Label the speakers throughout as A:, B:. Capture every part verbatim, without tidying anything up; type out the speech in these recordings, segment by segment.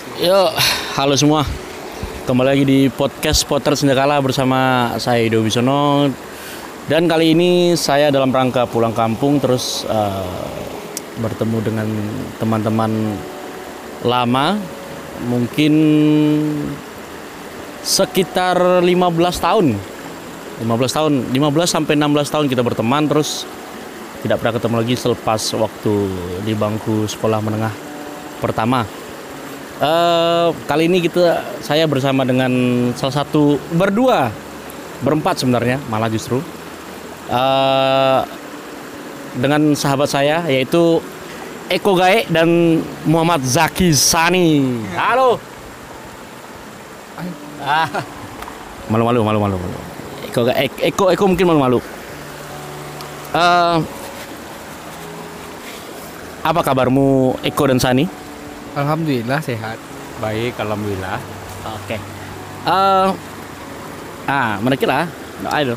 A: Yo, halo semua. Kembali lagi di podcast Potret Senjakala bersama saya Ido Wisono. Dan kali ini saya dalam rangka pulang kampung terus uh, bertemu dengan teman-teman lama. Mungkin sekitar lima belas tahun. lima belas tahun, lima belas sampai enam belas tahun kita berteman, terus tidak pernah ketemu lagi selepas waktu di bangku sekolah menengah pertama. Uh, kali ini kita saya bersama dengan salah satu berdua berempat sebenarnya malah justru uh, dengan sahabat saya yaitu Eko Gae dan Muhammad Zaki Sani. Halo. Ah, malu-malu, malu-malu. Eko, Eko, Eko mungkin malu-malu. Uh, apa kabarmu Eko dan Sani?
B: Alhamdulillah sehat.
C: Baik, alhamdulillah.
A: Oke. Okay. Uh, ah, menarik lah. No, ayo.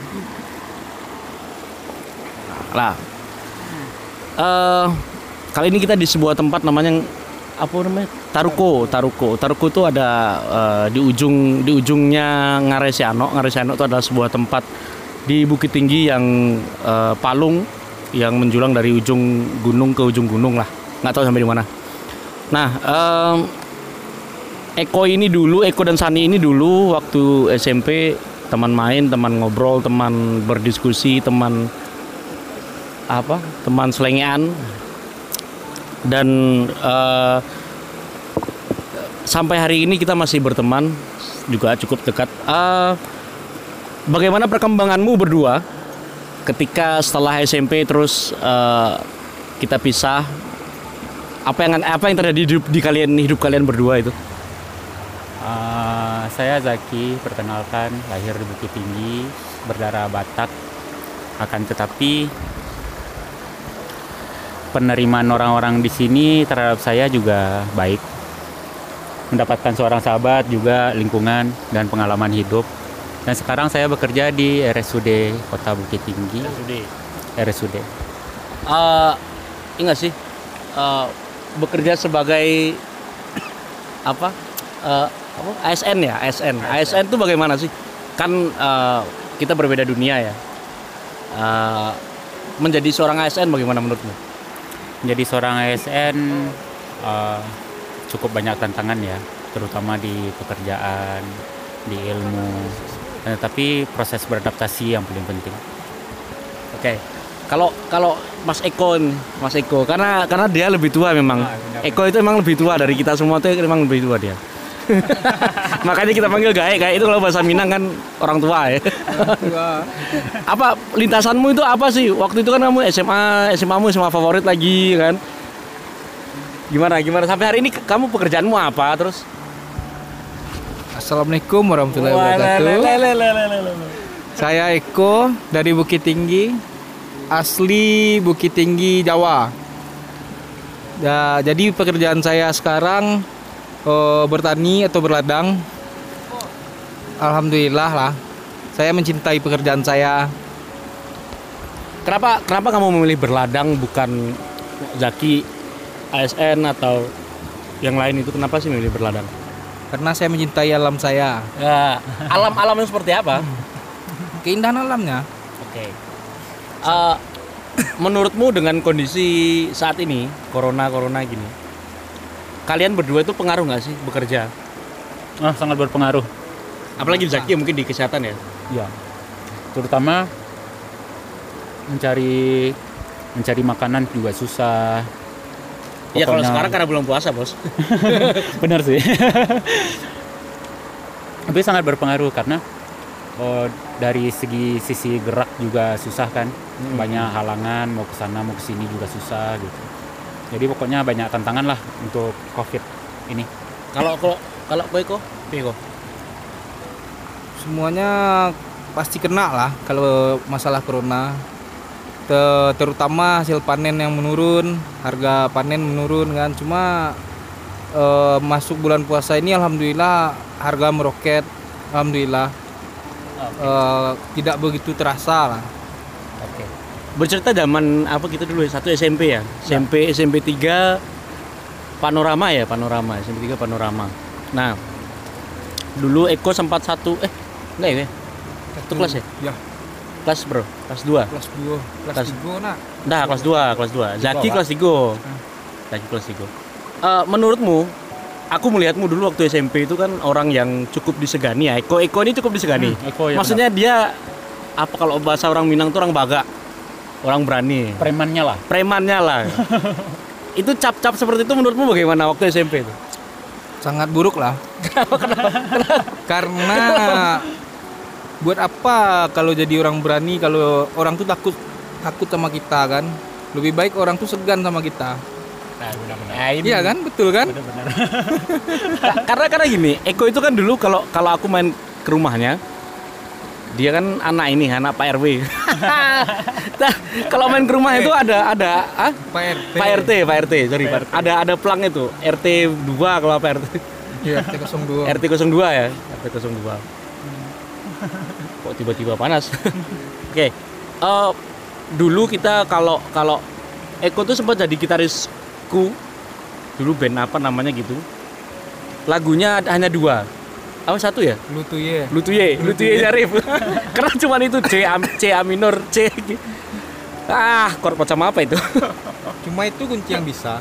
A: Lah. Uh, kali ini kita di sebuah tempat namanya apa namanya? Taruko, Taruko. Taruko itu ada uh, di ujung di ujungnya Ngaresiano. Ngaresiano itu adalah sebuah tempat di Bukit Tinggi yang uh, palung yang menjulang dari ujung gunung ke ujung gunung lah. Nggak tahu sampai di mana. Nah, um, Eko ini dulu, Eko dan Sani ini dulu waktu S M P teman main, teman ngobrol, teman berdiskusi, teman apa, teman selengean, dan uh, sampai hari ini kita masih berteman, juga cukup dekat. Uh, bagaimana perkembanganmu berdua ketika setelah S M P terus uh, kita pisah? Apa yang apa yang terjadi di, hidup, di kalian hidup kalian berdua itu?
C: Uh, saya Zaki, perkenalkan, lahir di Bukit Tinggi, berdarah Batak. Akan tetapi penerimaan orang-orang di sini terhadap saya juga baik. Mendapatkan seorang sahabat juga, lingkungan dan pengalaman hidup. Dan sekarang saya bekerja di R S U D Kota Bukit Tinggi.
A: R S U D.
C: R S U D.
A: Uh, ingat sih. Uh, bekerja sebagai apa, uh, apa A S N ya A S N A S N itu bagaimana sih, kan uh, kita berbeda dunia ya, uh, menjadi seorang A S N bagaimana menurutmu?
C: Menjadi seorang A S N uh, cukup banyak tantangan ya, terutama di pekerjaan, di ilmu, uh, tapi proses beradaptasi yang paling penting.
A: Oke. Okay. Kalau kalau Mas Eko, Mas Eko, karena karena dia lebih tua memang. Nah, Eko itu memang lebih tua dari kita semua tuh, memang lebih tua dia. Makanya kita panggil Gae, Gae itu kalau bahasa Minang kan orang tua ya. Apa lintasanmu itu apa sih? Waktu itu kan kamu S M A, S M A-mu S M A favorit lagi kan? Gimana gimana sampai hari ini kamu pekerjaanmu apa terus?
B: Assalamualaikum warahmatullahi wabarakatuh. Saya Eko dari Bukit Tinggi. Asli Bukit Tinggi, Jawa. Ya, jadi pekerjaan saya sekarang uh, bertani atau berladang. Alhamdulillah lah. Saya mencintai pekerjaan saya.
A: Kenapa kenapa kamu memilih berladang bukan Zaki A S N atau yang lain itu? Kenapa sih memilih berladang?
B: Karena saya mencintai alam saya.
A: Ya, alam-alamnya seperti apa?
B: Keindahan alamnya.
A: Oke. Okay. Uh, menurutmu dengan kondisi saat ini corona corona gini, kalian berdua itu pengaruh nggak sih bekerja?
C: Ah, sangat berpengaruh.
A: Apalagi Zaki mungkin di kesehatan ya.
C: Ya, terutama mencari mencari makanan juga susah.
A: Iya, kalau
C: Pokoknya-
A: sekarang karena bulan puasa bos.
C: Benar sih. Tapi sangat berpengaruh karena oh, dari segi sisi gerak juga susah kan, hmm. banyak halangan, mau ke sana mau ke sini juga susah gitu. Jadi pokoknya banyak tantangan lah untuk COVID ini.
A: Kalau kalau kalau kowe kok, piye kok?
B: Semuanya pasti kena lah kalau masalah corona. Te- terutama hasil panen yang menurun, harga panen menurun kan. Cuma eh, masuk bulan puasa ini alhamdulillah harga meroket. Alhamdulillah. Okay. Eh, tidak begitu terasa lah.
A: Oke. Okay. Bercerita zaman apa kita dulu ya, satu S M P ya. S M P S M P tiga Panorama ya, Panorama. S M P tiga Panorama. Nah, dulu Eko sempat satu eh enggak ya? Satu kelas ya?
B: Ya,
A: Kelas bro, kelas dua.
B: kelas dua, kelas
A: Kelas-
B: tiga nak.
A: Nah, kelas dua, kelas dua. Zaki
C: Pak.
A: kelas tiga. Zaki kelas tiga. Eh, menurutmu, aku melihatmu dulu waktu S M P itu kan orang yang cukup disegani ya. Eko Eko ini cukup disegani.
C: Hmm, Eko, ya
A: Maksudnya dia apa kalau bahasa orang Minang tuh orang baga. Orang berani.
C: premannya lah.
A: Premannya lah. Itu cap-cap seperti itu menurutmu bagaimana waktu S M P itu?
B: Sangat buruk lah. Karena buat apa kalau jadi orang berani kalau orang tuh takut takut sama kita kan? Lebih baik orang tuh segan sama kita.
C: Nah, benar-benar.
B: Iya kan? Betul kan?
C: Benar-benar.
A: Ka- karena karena gini, Eko itu kan dulu kalau kalau aku main ke rumahnya, dia kan anak ini, anak Pak R W. Nah, kalau main ke rumah itu ada ada ah?
B: Pak R T.
A: Pak R T, Pak R T, sorry, Pak R T. Ada ada pelang itu, R T dua kalau Pak R T.
B: Iya, R T nol dua.
A: R T nol dua ya, R T nol dua. Kok tiba-tiba panas? Oke. Eh, dulu kita kalau kalau Eko tuh sempat jadi gitarisku. Dulu band apa namanya gitu. Lagunya ada- hanya dua. Apa satu ya?
B: Lutuye.
A: Lutuye, Lutuye Syarif. Karena cuma itu C A, C A minor, C. Ah, chord macam apa itu?
B: Cuma itu kunci yang bisa.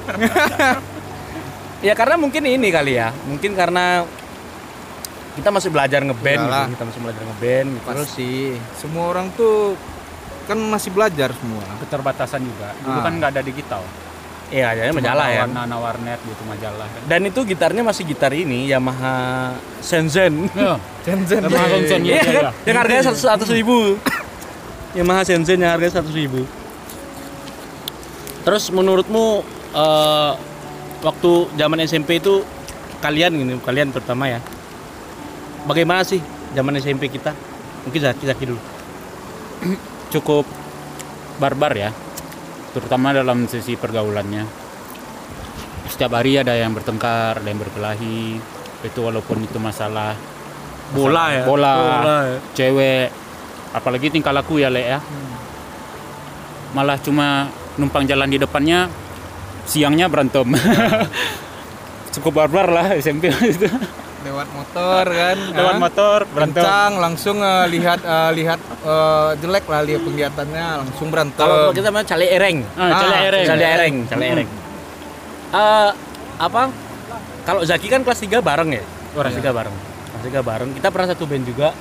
A: Ya karena mungkin ini kali ya. Mungkin karena kita masih belajar ngeband
B: Iyalah.
A: gitu. Kita masih belajar ngeband gitu. Terus
B: Pasti. Semua orang tuh kan masih belajar semua.
C: Keterbatasan juga. Dulu
B: Ah.
C: kan nggak ada digital.
A: iya jadi
C: Cuma
A: majalah ya.
C: warna warnet gitu majalah kan.
A: Dan itu gitarnya masih gitar ini Yamaha Shenzhen.
C: Ya,
B: Zen-zen.
C: Yamaha Shenzhen,
A: Iya
C: iya,
A: kan?
C: iya.
A: Yang harganya seratus seratus ribu. Yamaha Shenzhen yang harganya seratus ribu. Terus menurutmu eh, waktu zaman S M P itu kalian gini, kalian terutama ya. Bagaimana sih zaman S M P kita? Mungkin Zaki Zaki dulu.
C: Cukup barbar ya, terutama dalam sisi pergaulannya. Setiap hari ada yang bertengkar, ada yang berkelahi. Itu walaupun itu masalah
A: Bola ya.
C: bola,
A: Bola ya.
C: cewek, apalagi tingkah laku ya Le ya. Malah cuma numpang jalan di depannya, siangnya berantem. Cukup barbar lah S M P itu.
B: Lewat motor kan.
C: Lewat
B: ah.
C: motor berantem.
B: Kencang langsung eh, lihat eh, lihat eh, jelek lah lihat penglihatannya langsung berantem.
A: Kalau kita namanya cale ereng.
C: Ah, cale
B: Ah,
C: ereng.
A: Cale ereng, cale
C: Hmm.
A: ereng. Eh, apa? Kalau Zaki kan kelas tiga bareng ya? Kelas tiga bareng. Kelas tiga bareng. Kita pernah satu band juga.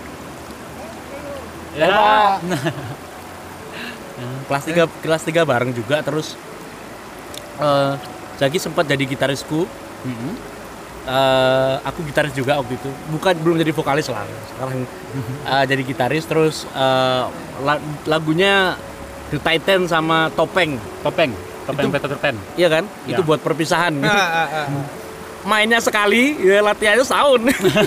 C: Ya.
A: Pak. Kelas tiga kelas tiga bareng juga terus eh Zaki sempat jadi gitarisku.
C: Mm-mm.
A: Eh, aku gitaris juga waktu itu. Bukan belum jadi vokalis lah. Sekarang eh, jadi gitaris terus eh, la- lagunya The Titan sama Topeng.
C: Topeng, topeng
A: Itu-
C: Peter Pan.
A: Iya kan?
C: Ya.
A: Itu buat perpisahan.
B: Ah, ah, ah.
A: Mainnya sekali, ya latihannya setahun.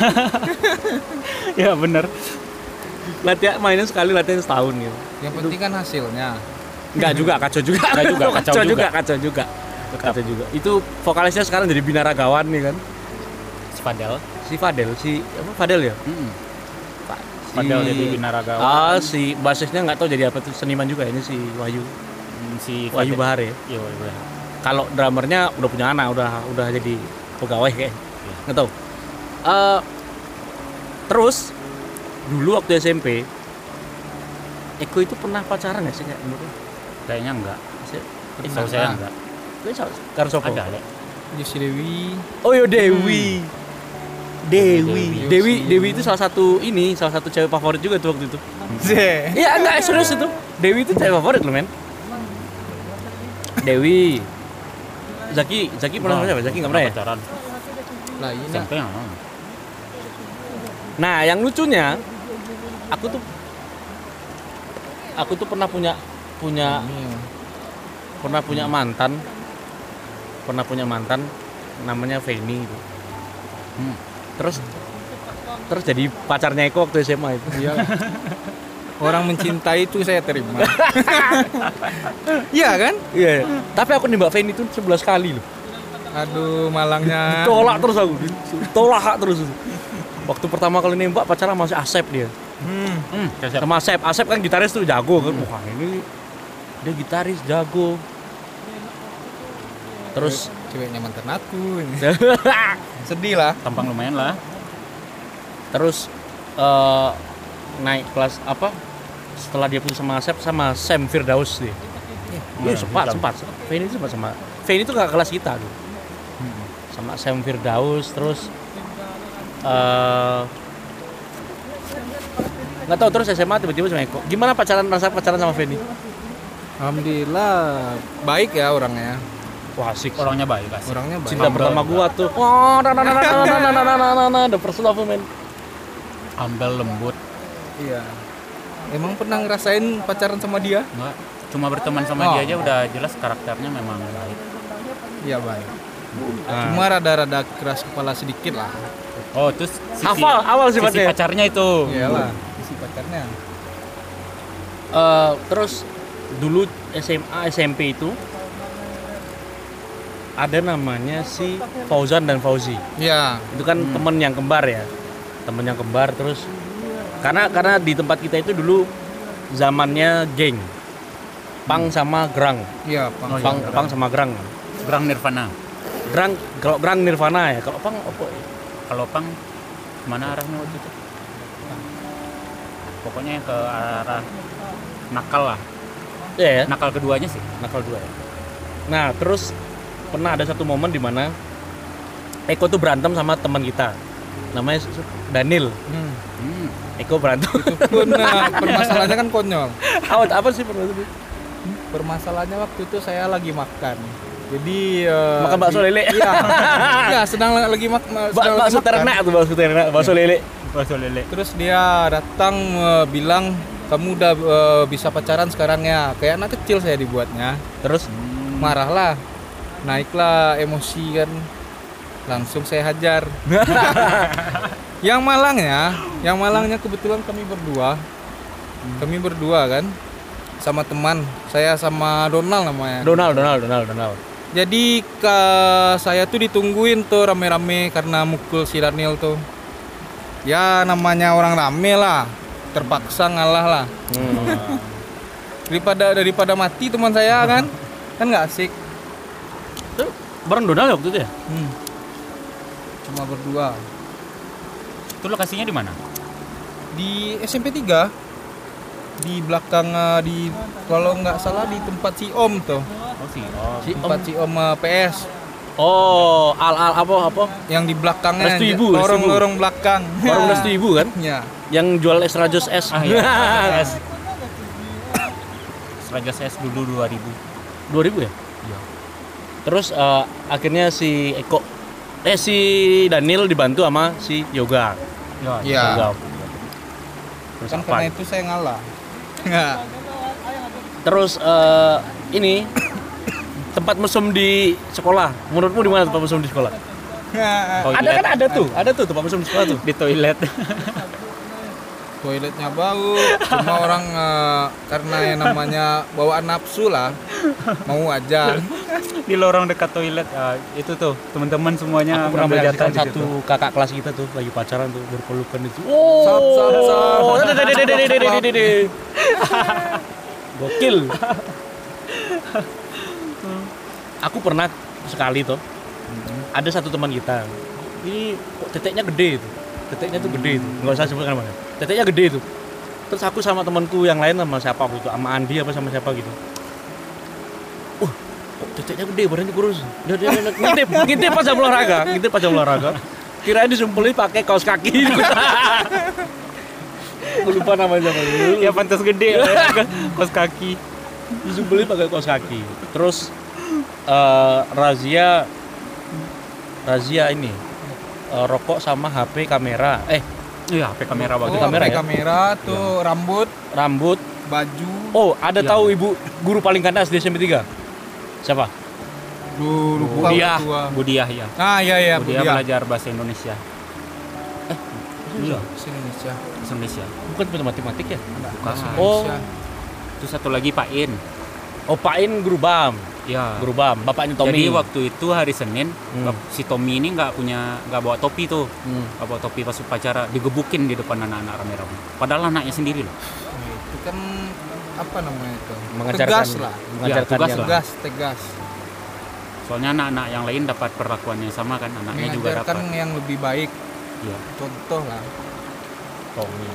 C: Ya bener.
A: Latihan mainnya sekali, latihan setahun gitu.
B: Yang penting kan hasilnya.
A: Enggak juga, kacau juga.
C: Enggak juga, kacau
A: kacau
C: juga.
A: juga, kacau juga. Kacau juga. Itu vokalisnya sekarang jadi binaragawan nih kan.
C: Si Fadel.
A: Si Fadel, si apa Fadel ya?
C: Mm-mm.
A: Pak. Si,
C: Fadel jadi binaragawan.
A: Ah, si basisnya nggak tahu jadi apa tuh, seniman juga ini si Wahyu.
C: Mm, si
A: Wahyu
C: Fadel.
A: Bahar ya.
C: Iya, Wahyu Bahar.
A: Kalau drummernya udah punya anak, udah udah jadi pegawai kayak. Nggak tahu. Eh, terus dulu waktu S M P Eko itu pernah pacaran nggak sih kayak menurut?
C: Kayaknya enggak.
A: Saya
C: Tahu saya enggak.
A: Gue karo sopo?
C: Ada, Le.
B: Yosi Dewi.
A: Oh yo Dewi. Dewi.
B: Dewi.
A: Dewi Dewi itu salah satu ini, salah satu cewek favorit juga tuh waktu itu.
B: Zeh.
A: Iya enggak serius itu. Dewi itu cewek favorit loh men. Dewi. Zaki, Zaki pernah pacaran? Zaki nggak pernah ya?
C: Pacaran.
B: Lah ini
C: S M P nggak mau.
A: Nah, yang lucunya, aku tuh, aku tuh pernah punya punya pernah punya mantan, pernah punya mantan, namanya Feni. Gitu.
C: Hmm.
A: Terus, terus jadi pacarnya Eko waktu S M A itu.
B: Iya. Orang mencintai itu saya terima. Iya kan?
A: Iya. Tapi aku nembak Feni itu sebelas kali loh.
B: Aduh, malangnya.
A: Tolak terus aku, tolak terus. Waktu pertama kali nembak pacaran masih Asep dia.
B: Hmm.
C: Hmm, kayak siapa?
A: Sama Asep, Asep kan gitaris tuh jago kan. Wah ini dia gitaris jago. Terus
B: ceweknya mantan aku. Sedih lah.
C: Tampang lumayan lah.
A: Terus eh, naik kelas apa? Setelah dia putus sama Asep sama Sam Firdaus deh. Iya, sempat, sempat. Feni itu sempat sama. Feni itu kakak kelas kita tuh. Sama Sam Firdaus terus eh nggak tahu terus S M A tiba-tiba sama Eko. Gimana pacaran rasa pacaran sama Feni?
B: Alhamdulillah baik ya orangnya.
A: Wah, asik.
C: Orangnya baik, asik.
B: Orangnya baik.
A: Cinta pertama gua tuh. Wah, na na na na na na na na na na the first love man.
C: Ambel, lembut.
B: Iya. Emang pernah ngerasain pacaran sama dia?
C: Enggak, cuma berteman sama
B: Oh.
C: dia aja udah jelas karakternya memang baik.
B: Iya baik. Cuma rada-rada keras kepala sedikit lah.
C: Oh, terus sisi,
A: Hafal, awal
C: sisi
A: sifatnya.
C: pacarnya itu.
B: Iyalah, isi pacarnya.
A: Eh, terus dulu S M A S M P itu ada namanya si Fauzan dan Fauzi.
B: Iya.
A: Itu kan temen yang kembar ya. Temen yang kembar terus karena karena di tempat kita itu dulu zamannya geng. Pang sama Grang.
B: Iya, Bang.
C: Oh, iya.
A: Pang, Pang sama Grang.
C: Gerang Nirvana.
A: Grang kalau Grang Nirvana ya. Kalau Pang apa ya?
C: Kalau Pang mana arahnya waktu itu? Pokoknya ke arah nakal lah.
A: Iya ya.
C: Nakal keduanya sih.
A: Nakal dua ya. Nah, terus pernah ada satu momen di mana Eko tuh berantem sama teman kita. Namanya Daniel.
B: Hmm.
C: Hmm.
A: Eko berantem.
B: Pun nah, permasalahannya kan konyol.
A: apa, apa sih permasalahannya?
B: Permasalahannya waktu itu saya lagi makan. Jadi eh,
A: Makan bakso
B: di-
A: lele.
B: Iya. Iya, sedang lagi mak ma-
A: Ba-
B: sedang lagi
A: bakso
B: makan.
A: ternak tuh, bakso ternak, bakso lele.
C: Bakso lele.
B: Terus dia datang eh, bilang kamu udah eh, bisa pacaran sekarang ya. Kayak anak kecil saya dibuatnya.
A: Terus
B: Marahlah. Naiklah emosi kan. Langsung saya hajar. Yang malangnya, yang malangnya kebetulan kami berdua. Kami berdua kan sama teman. Saya sama Donald namanya.
A: Donald, Donald, Donald, Donald.
B: Jadi ke saya tuh ditungguin tuh rame-rame karena mukul si Daniel tuh. Ya namanya orang rame lah. Terpaksa ngalah lah.
A: Hmm.
B: Daripada daripada mati teman saya kan. Kan nggak asik.
A: Itu bareng Donald ya waktu itu ya?
B: Hmm. Cuma berdua.
C: Itu lokasinya di mana?
B: Di S M P tiga. Di belakang eh, di kalau nggak salah di tempat si Om tuh.
C: Oh sih. Oh.
A: Si
B: Tempat
A: Om.
B: si Om eh, P S
A: Oh, al al apa apa?
B: yang di belakangnya
A: Restu Ibu, Restu Ibu.
B: lorong-lorong belakang.
A: Warung Restu Ibu kan?
B: Ya.
A: Yang jual es rajos es.
C: Ah iya. S. Raja S dulu dua ribu.
A: dua ribu ya?
C: Iya.
A: Terus eh, akhirnya si Eko eh si Daniel dibantu sama si Yoga.
C: Ya.
B: Iya.
A: Yoga. Terus
B: Kan
A: apa?
B: karena itu saya ngalah. Nggak.
A: Terus eh, ini tempat mesum di sekolah. Menurutmu di mana tempat mesum di sekolah?
C: Toilet.
A: Ada kan ada tuh, ada tuh tempat mesum di sekolah tuh.
C: Di toilet.
B: Toiletnya bau, cuma orang eh, karena yang namanya bawaan nafsu lah, mau aja.
C: Di lorong dekat toilet. Ah, itu tuh teman-teman semuanya
A: Aku pernah
C: ngambil jatah
A: menyaksikan
C: di
A: satu
C: situ.
A: kakak kelas kita tuh lagi pacaran tuh berpelukan itu.
B: Sap, sap, sap.
A: Oh, dede, dede, dede, dede, dede, dede. Gokil. Aku pernah sekali tuh. Ada satu teman kita. Ini kok teteknya gede itu. Teteknya tuh gede itu. Enggak usah sebutkan namanya. Teteknya gede itu. Terus aku sama temanku yang lain sama siapa gitu, sama Andi apa sama siapa gitu. Uh, kok teteknya gede, badannya kurus. Dia dia dia- ngintip, ngintip pas jam olahraga, ngintip pas jam olahraga. Kirain disumpulin pakai kaos kaki. Aku lupa namanya apa.
C: Ya pantas gede kos kaki.
A: Disumpulin pakai kaos kaki. Terus eh, razia razia ini eh, rokok sama H P kamera. Eh,
C: Iya, H P kamera
B: Oh,
C: bagus.
A: kamera
B: pakai
A: ya?
B: kamera tuh rambut,
A: rambut.
B: baju.
A: Oh, ada
C: Iya.
A: tahu ibu guru paling kandas di S M P tiga? Siapa?
B: Duh, lupa
A: Budiah.
B: tua.
C: Budiah ya.
B: Ah iya iya,
C: Budiah
B: Budiah.
C: belajar bahasa Indonesia.
A: Iya.
B: Bahasa Indonesia.
C: Bahasa Indonesia.
A: Bukan matematik ya?
B: Bahasa
A: Oh.
B: Indonesia.
C: Terus satu lagi Pak In.
A: Oh, Pak In guru B A M.
C: Ya.
A: Guru B A M, bapaknya Tommy.
C: Jadi waktu itu hari Senin
A: Hmm.
C: bap- si Tommy ini nggak punya nggak bawa topi tuh.
A: Hmm.
C: Nggak bawa topi pas upacara, digebukin di depan anak-anak rame-rame. Padahal anaknya sendiri loh.
B: Nah, itu kan apa namanya itu?
A: Mengajarkan
B: Tegas lah.
A: mengajarkan
C: Ya, tugas
A: yang-
C: lah.
B: Tegas, tegas.
C: Soalnya anak-anak yang lain dapat perlakuan yang sama kan, anaknya juga dapat.
B: Mengajarkan yang lebih baik,
C: Iya.
B: contoh lah.
A: Tommy.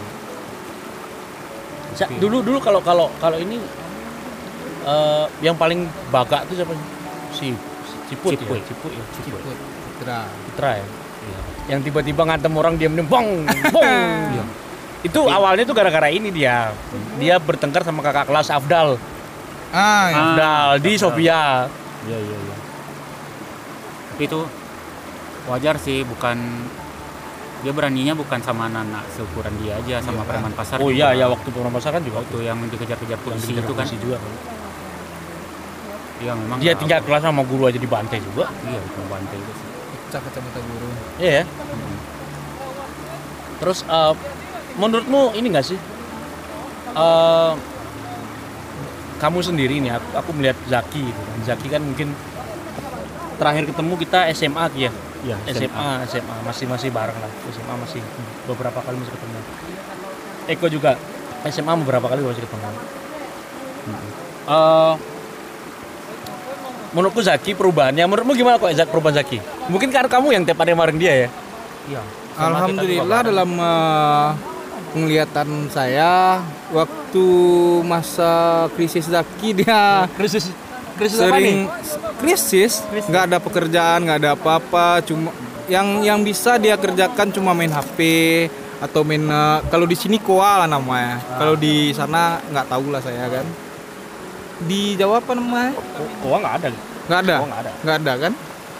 A: Sa- dulu dulu kalau kalau kalau ini eh, yang paling bagak tuh siapa? Si si Ciput,
C: Ciput.
A: ya? Ciput ya.
B: Ciput, Putra.
A: Putra ya.
C: Iya.
A: Yang tiba-tiba ngantem orang diam-diam bong bong.
C: Iya.
A: Itu awalnya tuh gara-gara ini dia. Dia bertengkar sama kakak kelas Afdal.
B: Ah, ya.
C: Ah,
A: Afdal di
C: Afdal.
A: Sofia.
C: Iya iya iya. Tapi itu wajar sih, bukan dia beraninya bukan sama anak-anak seukuran dia aja, sama
B: Iya.
C: preman pasar.
A: Oh
C: juga.
A: iya ya, waktu Purna Pasar kan juga
C: Waktu yang dikejar-kejar polisi
A: Yang
C: itu kan.
A: polisi juga kan.
C: Iya memang.
A: Dia
C: nggak-
A: tinggal kelas sama guru aja dibantai juga.
C: Iya, itu bantai itu sih.
B: Pecah kacamata guru.
A: Iya ya. Terus eh, menurutmu ini nggak sih? Eh, kamu sendiri nih, aku, aku melihat Zaki gitu kan. Zaki kan mungkin terakhir ketemu kita S M A ya.
C: Iya,
A: S M A, S M A masih masih bareng lah. S M A masih beberapa kali masih ketemu. Eko juga S M A beberapa kali masih ketemu. Eh, menurutku Zaki perubahannya, menurutmu gimana kok Zak perubahan Zaki? Mungkin karena kamu yang tiap hari bareng dia ya.
C: Iya.
B: Alhamdulillah dalam uh, penglihatan saya waktu masa krisis Zaki dia
A: Krisis krisis apa nih?
B: sering krisis, nggak ada pekerjaan, nggak ada apa-apa, cuma yang yang bisa dia kerjakan cuma main H P atau main uh, kalau di sini koa lah namanya, kalau di sana nggak tahu lah saya kan. Di Jawa apa namanya?
A: Oh, nggak ada.
B: Nggak ada,
A: Oh, nggak ada.
B: nggak ada kan?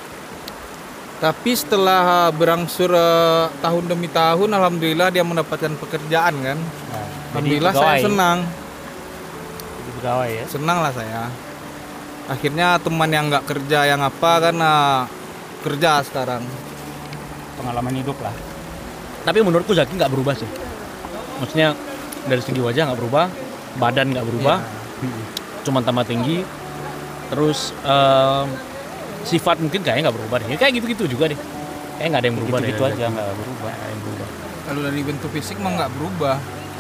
B: Tapi setelah berangsur uh, tahun demi tahun, alhamdulillah dia mendapatkan pekerjaan kan.
A: Nah,
B: Alhamdulillah saya senang,
A: Jadi pegawai ya.
B: senang lah saya. Akhirnya teman yang nggak kerja yang apa kan uh, kerja sekarang.
C: Pengalaman hidup lah.
A: Tapi menurutku Zaki nggak berubah sih. Maksudnya dari segi wajah nggak berubah, badan nggak berubah, cuma tambah tinggi. Terus em, sifat mungkin kayaknya nggak berubah deh. Kayak gitu-gitu juga deh. Kayak nggak ada yang berubah
C: Gitu-gitu
A: deh.
C: aja nggak berubah.
A: Nggak ada yang berubah.
B: Kalau dari bentuk fisik mah nggak berubah.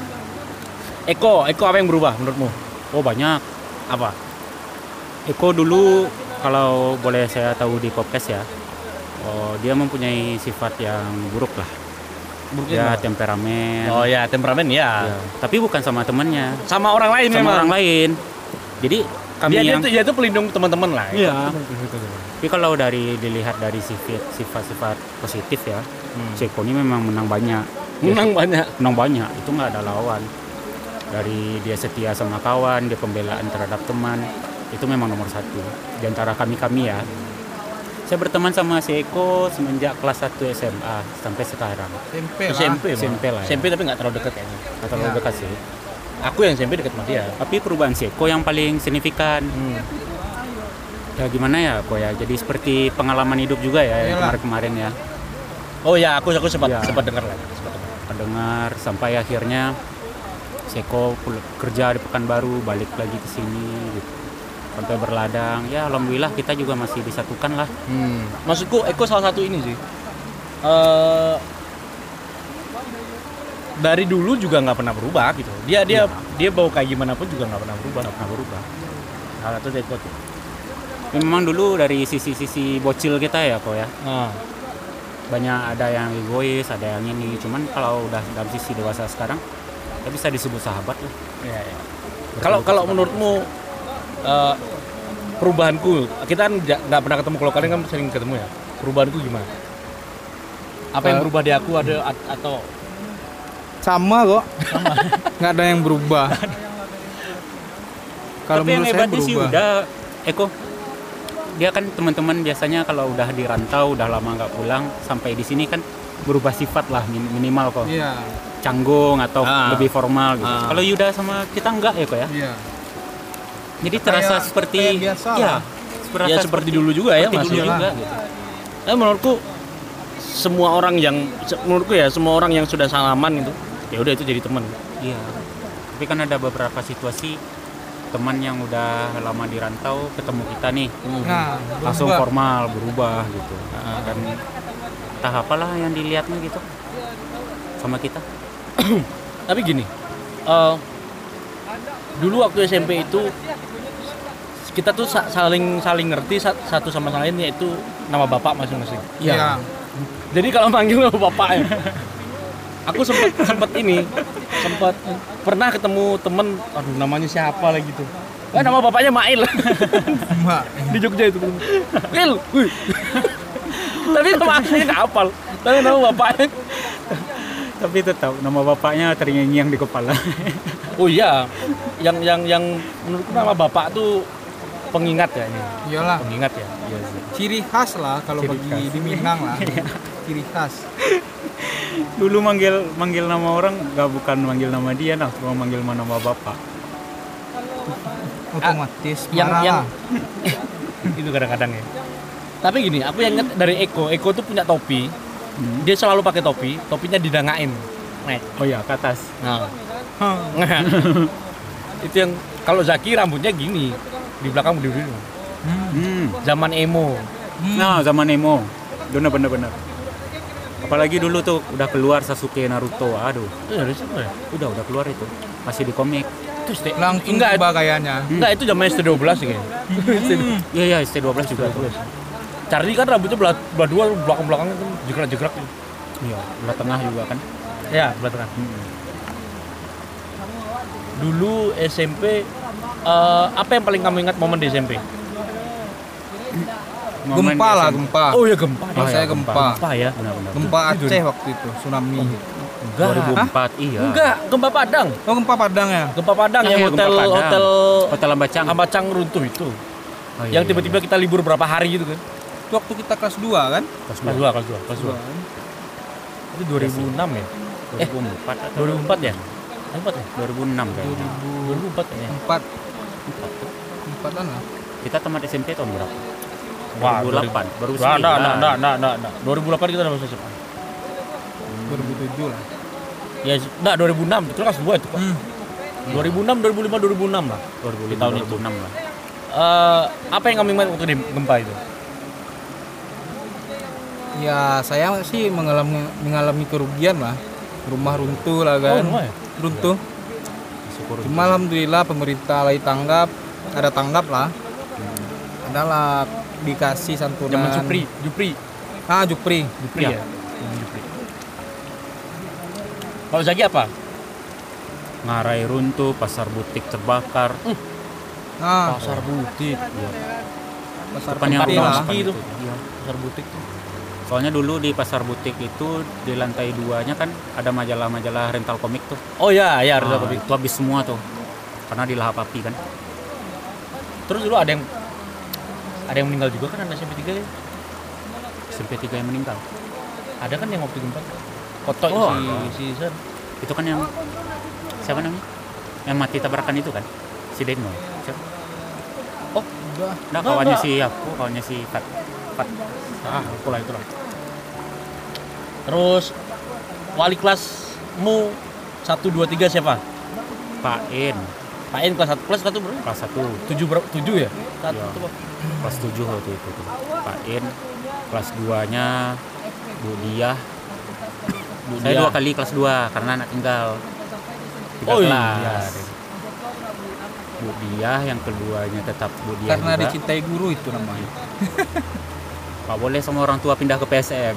A: Eko, Eko apa yang berubah menurutmu?
C: Oh banyak.
A: Apa?
C: Eko dulu kalau boleh saya tahu di podcast ya, oh, dia mempunyai sifat yang buruk lah.
A: Buruknya
C: Dia
A: gimana?
C: temperamen.
A: Oh ya, temperamen ya.
C: Ya, tapi bukan sama temannya,
A: Sama orang lain
C: sama
A: memang.
C: orang lain. Jadi kami
A: Dia, dia,
C: yang
A: tuh, dia tuh pelindung teman-teman lah.
C: Iya.
A: Gitu.
C: tapi kalau dari dilihat dari sifat sifat-sifat positif ya,
A: Hmm.
C: si Eko ini memang menang banyak.
A: Menang banyak.
C: Menang banyak, itu nggak ada lawan. Dari dia setia sama kawan, dia pembelaan terhadap teman, itu memang nomor satu. Di antara kami-kami ya, saya berteman sama si Eko semenjak kelas satu S M A sampai sekarang.
B: S M P lah.
A: S M P,
C: S M P lah ya.
A: S M P tapi nggak terlalu dekat kayaknya.
C: Nggak terlalu
B: Ya.
C: dekat sih.
A: Aku yang S M P dekat sama dia.
C: Tapi perubahan si Eko yang paling signifikan.
A: Hmm.
C: Ya gimana ya, Ko ya. Jadi seperti pengalaman hidup juga ya yang
B: Iyalah.
C: kemarin-kemarin ya.
A: Oh ya, aku aku sempat
C: Iya.
A: sempat dengar lah. Sempat dengar.
C: Pendengar sampai akhirnya Seko pul- kerja di Pekanbaru, balik lagi ke sini gitu. Sampai berladang. Ya alhamdulillah kita juga masih disatukan lah.
A: Hmm. Maksudku Eko salah satu ini sih. Eh dari dulu juga nggak pernah berubah gitu. Dia dia dia bawa kayak gimana pun juga nggak pernah berubah.
C: Nggak pernah berubah.
A: Salah satu Eko tuh.
C: Memang dulu dari sisi-sisi bocil kita ya kok ya.
A: Nah,
C: Banyak ada yang egois, ada yang ini. Cuman kalau udah dalam sisi dewasa sekarang, ya bisa disebut sahabat lah.
A: ya, ya. Kalau kalau menurutmu eh, perubahanku, kita kan ja- nggak pernah ketemu, kalau kalian kan sering ketemu ya. Perubahanku gimana? Apa yang
B: Eh,
A: berubah di aku ada at- atau
B: Sama kok. Nggak ada yang berubah. Kalau
C: Tapi yang
B: menurut saya
C: hebatnya sih
B: berubah.
C: udah Eko, dia kan teman-teman biasanya kalau udah di rantau udah lama nggak pulang sampai di sini kan berubah sifat lah min- minimal kok,
B: Iya.
C: canggung atau
A: Ah.
C: lebih formal gitu.
A: Ah.
C: Kalau Yuda sama kita enggak ya kok ya,
B: Iya.
C: jadi terasa
B: Kayak-
C: seperti
B: kayak biasa
C: ya
B: lah.
C: terasa
A: ya seperti dulu juga ya
C: seperti
A: masih.
C: dulu juga
B: lah.
C: gitu.
A: Eh, menurutku semua orang yang se- menurutku ya semua orang yang sudah salaman itu ya udah itu jadi teman.
C: Iya. Tapi kan ada beberapa situasi teman yang udah lama di rantau ketemu kita nih
B: Nah,
C: langsung
B: berubah.
C: formal berubah gitu. Dan entah apalah yang dilihatnya gitu sama kita.
A: Tapi gini, eh, dulu waktu S M P itu kita tuh sa- saling saling ngerti sa- satu sama lain, yaitu nama bapak masing-masing.
B: Iya.
A: Jadi kalau manggil nama bapaknya, aku sempet sempet ini, sempet pernah ketemu temen, aduh namanya siapa lagi tuh? Eh, nama bapaknya Mail.
B: Mak.
A: Di Jogja itu. Mail. Wih. Tapi nama aslinya nggak hafal. Tapi nama bapaknya.
C: Tapi tetap nama bapaknya terngiang-ngiang di kepala.
A: Oh iya, yang yang yang menurutku nama bapak tuh pengingat ya ini.
B: Iyalah.
A: Pengingat ya.
C: Iya sih.
B: Ciri khas lah kalau
C: Ciri
B: bagi
C: khas.
B: di Minang lah. Ciri khas.
C: Dulu manggil manggil nama orang nggak bukan manggil nama dia, nah cuma manggil nama bapak.
B: Otomatis
A: yang
B: marah
A: yang
B: lah.
A: itu kadang-kadang ya. Tapi gini, aku yang inget dari Eko, Eko tuh punya topi.
C: Hmm.
A: Dia selalu pakai topi, topinya didangain. Nah,
C: Oh ya, ke atas.
A: nah. Itu yang kalau Zaki rambutnya gini, di belakang berdiri.
C: Hmm.
A: Zaman emo.
C: Nah, zaman emo. Bener bener bener. Apalagi dulu tuh udah keluar Sasuke Naruto. Aduh,
A: Itu dari siapa ya?
C: udah udah keluar itu. Masih di komik.
A: Itu ste-
B: Langsung
A: enggak,
B: tiba kayaknya.
A: enggak itu zaman S T dua belas sih kayaknya.
C: Iya iya, S T dua belas juga tuh.
A: Charlie kan rambutnya belah, belah dua, belakang-belakang kan jegrak-jegrak.
C: Iya, belah tengah juga kan.
A: Ya, belah tengah.
C: Hmm.
A: Dulu S M P, eh, apa yang paling kamu ingat momen di S M P?
C: Momen
B: Gempa
C: di
B: lah,
C: S M P.
B: gempa.
A: Oh ya gempa.
B: Kalau
C: Oh,
B: saya
C: ya,
B: gempa.
C: gempa.
A: Gempa ya?
C: Benar-benar.
B: Gempa Aceh waktu itu, tsunami.
A: Enggak.
C: dua ribu empat iya.
A: Enggak, gempa Padang.
B: Oh, gempa Padang ya?
A: Gempa Padang
C: Ah,
A: yang
C: iya,
A: hotel
C: Gempa Padang.
A: hotel
C: Hotel Ambacang.
A: Ambacang runtuh itu.
C: Oh, iya,
A: yang tiba-tiba
C: iya,
A: kita libur berapa hari gitu kan?
B: Itu waktu kita kelas dua kan?
C: iya. Kelas
A: Kelas
C: dua.
A: dua, kelas dua, kelas dua. Itu dua ribu enam ya?
C: dua ribu empat atau
A: dua ribu empat ya? dua ribu empat ya?
C: dua ribu enam kayaknya.
A: dua ribu empat kayaknya.
B: Empat. Empatan lah.
C: Kita tamat S M P tahun berapa?
A: Wah,
C: dua ribu delapan. Baru
A: Enggak, enggak,
C: sembilan.
A: enggak, enggak, enggak, enggak. dua ribu delapan kita udah masuk S M A.
B: dua ribu tujuh lah.
A: Ya, enggak dua ribu enam, itu kelas dua itu, Pak.
B: Hmm.
A: dua ribu enam, dua ribu lima, dua ribu enam lah.
C: dua ribu
A: Di
C: lima,
A: tahun
C: dua
A: itu.
C: ribu enam lah.
A: Eh, apa yang kamu ingat waktu di gempa itu?
B: Ya, saya sih mengalami mengalami kerugian lah. Rumah runtuh lah kan.
A: Oh, rumah ya?
B: Runtuh.
C: Syukur.
B: Cuma alhamdulillah pemerintah lagi tanggap, ada tanggap lah. Adalah dikasih santunan.
A: Zaman Jupri, Jupri.
B: Ah, Jupri.
A: Jupri
C: Iya.
A: ya. Zaman Jupri. Kalau Zaki apa?
C: Ngarai runtuh, pasar butik terbakar.
B: Ah,
A: Pasar butik.
C: Iya.
B: pasar
C: Depannya
B: Kempti
C: rumah
B: lah.
A: Ski itu.
C: Iya.
A: Pasar butik tuh.
C: Soalnya dulu di pasar butik itu di lantai duanya kan ada majalah-majalah rental komik tuh.
A: Oh ya, ya harus
C: Ah,
A: kopi.
C: itu habis semua tuh. Karena dilahap api kan.
A: Terus dulu ada yang ada yang meninggal juga kan anak S M P tiga ya?
C: S M P tiga yang meninggal.
A: Ada kan yang waktu gempa? Kotok
C: Oh,
A: si
C: ada.
A: si San.
C: Itu kan yang siapa namanya? Yang mati tabrakan itu kan? Si Deno. Siapa?
A: Oh,
B: Udah.
C: Nah,
A: Enggak,
C: kawannya
A: enggak.
C: si aku, kawannya si Fat. Fat.
A: ah, aku lah itulah. Terus wali kelasmu satu dua tiga siapa?
C: Pak En,
A: Pak En kelas satu, kelas satu berapa?
C: kelas satu.
A: tujuh berapa? tujuh ya? Satu
C: Iya.
A: tuh, Pak.
C: Kelas tujuh waktu itu tuh. Pak En, kelas dua-nya Bu Diah.
A: Bu
C: Saya
A: Diah.
C: dua kali kelas dua karena anak tinggal. Tiga
A: Oh,
C: kelas.
A: iya.
C: Bu Diah yang keduanya tetap Bu Diah
B: Karena
C: juga.
B: dicintai guru itu namanya.
C: Nggak boleh sama orang tua pindah ke P S M.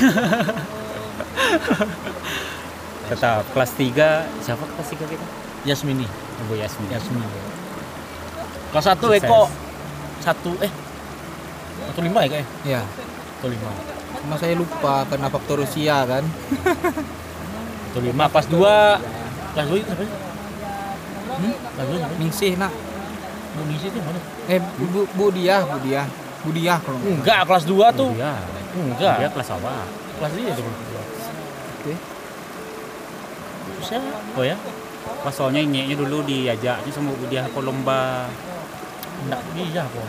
C: Tetap kelas tiga, siapa kelas tiga kita?
A: Yasmini.
C: Bu Yasmin.
A: Yasmini. Kelas satu
C: Sukses.
A: Eko satu eh satu lima ya kayaknya?
B: Ya.
A: Satu lima.
B: Cuma saya lupa karena faktor usia kan.
A: Satu lima. Kelas dua kelas dua itu siapa sih?
B: Hmm?
A: Kelas dua siapa?
B: Ningsih nak.
A: Bu Nisi itu mana?
B: Eh, Bu, Bu Diah, Bu Diah. Bu Diah kalau nggak salah.
A: Enggak, kelas dua tuh.
C: Bu Diah.
A: Enggak.
C: Dia kelas awal.
A: Kelas dia itu.
B: Oke.
A: Siapa? Oh ya?
C: Pas soalnya nyeknya dulu diajaknya sama Bu Diah ke lomba.
A: Enggak bisa kok.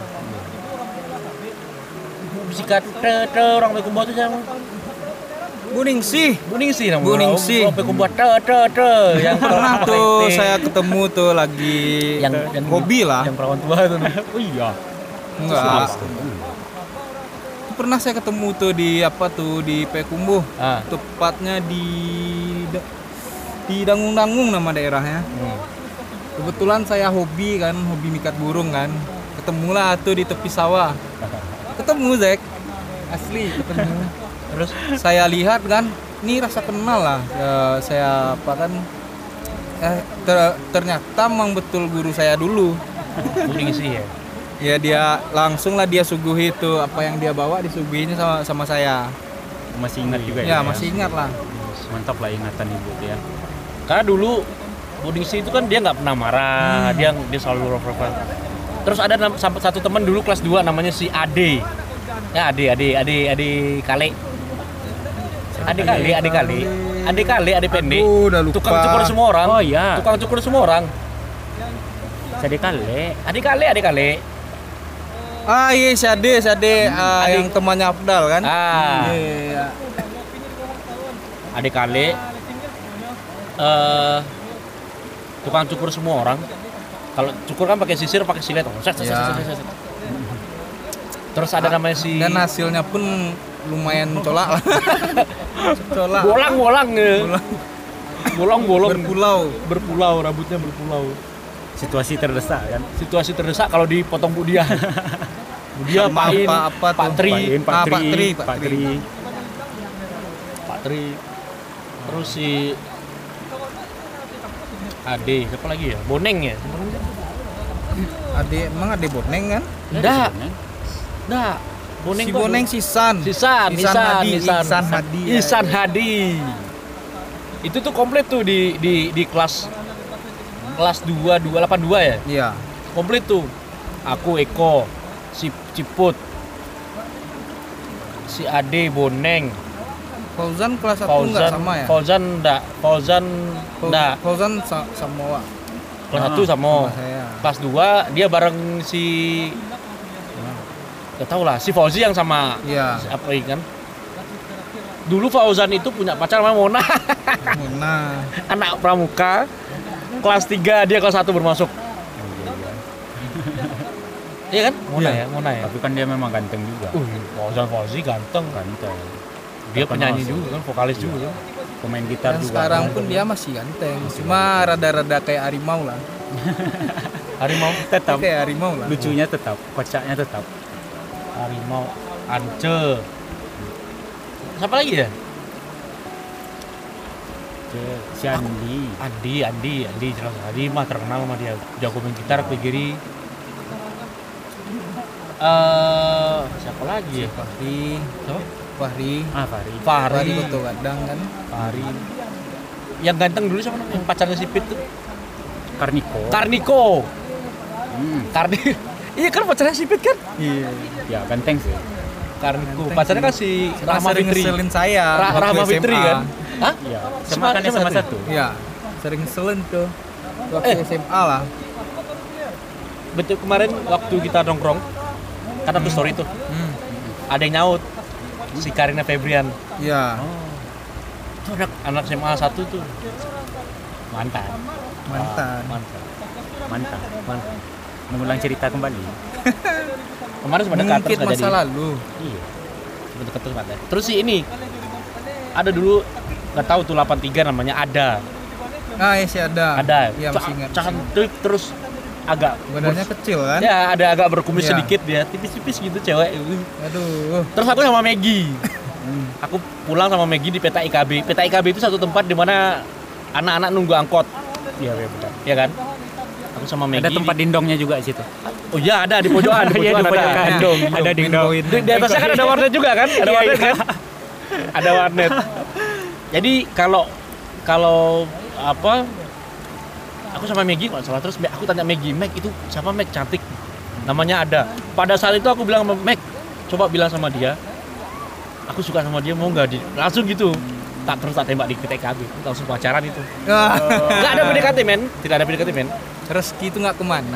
A: Bisikat te te orang Bekumba itu siapa?
B: Bu Ningsih.
A: Bu Ningsih namanya.
B: Bu Ningsih.
A: Orang Bekumba te te te yang
B: Pernah tuh saya ketemu tuh lagi
A: yang yang
B: hobi lah.
A: Yang perawan tua itu. Oh iya.
B: Enggak. Pernah saya ketemu tuh di apa tuh di Pekumbuh.
A: Ah.
B: Tepatnya di di Dangung-Dangung nama daerahnya.
A: Hmm.
B: Kebetulan saya hobi kan, hobi mikat burung kan. ketemulah tuh di tepi sawah. Ketemu Zek, asli ketemu.
A: Terus
B: Saya lihat kan, ini rasa kenal lah. Ya, saya apa kan? Eh, ter- ternyata memang betul guru saya dulu.
A: Buding sih ya.
B: Ya dia langsung lah dia suguhi itu apa yang dia bawa disuguhinya sama sama saya.
C: Masih ingat juga
B: Ya
C: ya?
B: masih ingat lah.
C: Mantap lah ingatan ibu tuh ya.
A: Karena dulu Buding sih itu kan dia nggak pernah marah, dia dia selalu rock-rockan. Terus ada nam- sampai satu teman dulu kelas dua namanya si Ade. Ya Ade, Ade, Ade, Ade Kale. Ade Kale, Ade Kale. Ade Kale, Ade pendek.
B: Aduh, udah lupa.
A: Tukang cukur semua orang.
C: Oh iya.
A: Tukang cukur semua orang.
C: Sade kale.
A: Ade Kale, Ade Kale.
B: Ah iya si Ade, si Ade ah,
A: Ade.
B: yang temannya Afdal kan?
A: Ah,
B: Iya, iya, iya.
A: Ade Kale. Eh tukang cukur semua orang. Kalau cukur kan pakai sisir, pakai silet. Set, set, set,
B: Ya.
A: set, set, set. Terus ada namanya si
B: Dan hasilnya pun lumayan colak lah. colak.
A: bolang-bolang ya. Bolong-bolong
B: Berpulau.
A: berpulau, rambutnya berpulau.
C: Situasi terdesak kan.
A: Situasi terdesak kalau dipotong Bu Dia. Bu Dia,
B: Sama
A: Pak In,
B: apa- apa
A: Pak
B: tuh?
A: Tri,
C: Pak In, Pak
B: Ah, Pak
C: Tri,
B: Tri,
C: Pak
B: Pak
C: Tri.
A: Pak Tri. Terus si Ade, siapa lagi ya? Boneng ya?
B: Ade emang Ade Boneng kan?
A: Enggak. Enggak. Boneng
B: si
A: tuh
B: Boneng
A: ada-
B: Sisan.
A: Sisan, Isan,
B: Hadi,
A: Isan,
B: Ihsan Hadi. ya.
A: Ihsan Hadi. Itu tuh komplit tuh di di di kelas kelas dua dua delapan dua ya?
B: Iya.
A: Komplit tuh. Aku Eko, si Ciput, si Ade Boneng,
B: Fauzan kelas satu enggak
A: Fauzan,
B: sama ya?
A: Fauzan enggak, Fauzan
B: Fau-
A: enggak.
B: Fauzan sa- sama
A: Kelas
C: Ah,
A: satu sama.
B: sama saya.
A: Kelas dua dia bareng si Gak tau lah, si Fauzi yang sama
B: Iya.
A: si apa ini kan. Dulu Fauzan itu punya pacar namanya Mona.
B: Nah,
A: Anak pramuka. Kelas tiga dia kelas satu bermasuk. Iya kan? Mona
B: Iya.
A: ya, Mona ya.
C: Tapi kan dia memang ganteng juga.
A: Uh, Fauzan Fauzi ganteng.
C: Ganteng.
A: Dia
C: Terkenal
A: penyanyi
C: sih.
A: juga kan, vokalis
C: Iya.
A: juga kan.
C: Pemain gitar
B: dan
C: juga.
B: sekarang pun dia masih ganteng. Cuma rada-rada kayak harimau lah.
A: Harimau,
C: tetap
B: Kayak harimau lah.
C: lucunya tetap, kocaknya tetap.
A: harimau, Ance. Siapa lagi ya?
C: Ke- Si Andi.
A: Andi, Andi, Andi jelas. Andi mah terkenal sama dia. Jago main gitar, pegiri. Eh, siapa lagi ya?
B: Fahri,
A: Siapa?
B: Fahri,
C: Ah, Fahri.
B: Fahri
A: Fahri.
B: Koto Gadang kan.
A: Fahri. Yang ganteng dulu siapa namanya? Yang pacarnya si Pit tuh?
C: Karniko.
A: Karniko.
C: Hmm,
A: Karni. Iya kan pacarnya si Pit kan?
B: Iya.
C: ya ganteng sih.
A: Karniko.
B: Ganteng
A: Pacarnya kan
B: sih.
A: si Rahma
B: sering
A: Fitri.
B: ngeselin saya.
A: Ra-
B: waktu
A: Rahma
B: S M A.
A: Fitri kan? Hah?
C: Iya.
A: Sama-
C: Sama kan
A: sama
C: sama
A: satu?
C: satu.
B: Iya. Sering ngeselin tuh. Waktu
A: Eh.
B: S M A lah.
A: Betul kemarin waktu kita nongkrong, kan aku story tuh.
B: Hmm.
A: Ada yang nyaut. Si Karina Febrian.
B: Iya.
A: Itu anak anak S M A satu tuh.
C: Mantan.
B: Mantan.
A: Mantap.
C: Mantan.
A: Mantap.
C: Mengulang cerita kembali.
A: Kemarin sempat dekat terus
B: Mungkin
A: nggak
B: masa
A: jadi.
B: lalu.
C: Iya.
A: Sempat dekat terus nggak jadi. Terus si ini ada dulu nggak tahu tuh delapan tiga namanya ada.
B: Ah, iya sih ada.
A: Ada.
B: Iya,
A: Ca-
B: masih ingat.
A: Cantik terus agak
B: Badannya
A: ber-
B: kecil kan?
A: ya ada agak berkumis
B: Iya.
A: sedikit dia, tipis-tipis gitu cewek.
B: Aduh.
A: Terus aku sama Maggie. Aku pulang sama Maggie di P T I K B. P T I K B itu satu tempat di mana anak-anak nunggu angkot,
C: Iya, iya, benar.
A: ya kan? Aku sama Maggie.
C: Ada tempat
A: di-
C: dindongnya juga di situ.
A: Oh iya ada di pojokan, di
C: Iya,
A: pojokan
C: di
A: ada.
C: pojokan.
A: Dindong,
C: Ada
A: dindong.
C: dindong.
A: Di, di atasnya kan ada warnet juga kan? Ada
C: Iya,
A: warnet
C: iya.
A: kan? Ada warnet. Jadi kalau kalau apa? Aku sama Maggie nggak salah terus aku tanya Maggie, Meg itu siapa Meg cantik? Namanya ada. Pada saat itu aku bilang sama Meg, coba bilang sama dia, aku suka sama dia mau nggak di langsung gitu. Tak terus tak tembak di P T K B, langsung pacaran itu.
B: Wah.
A: Nggak ada P D K T men, tidak ada P D K T men.
B: Rezeki itu nggak kemana.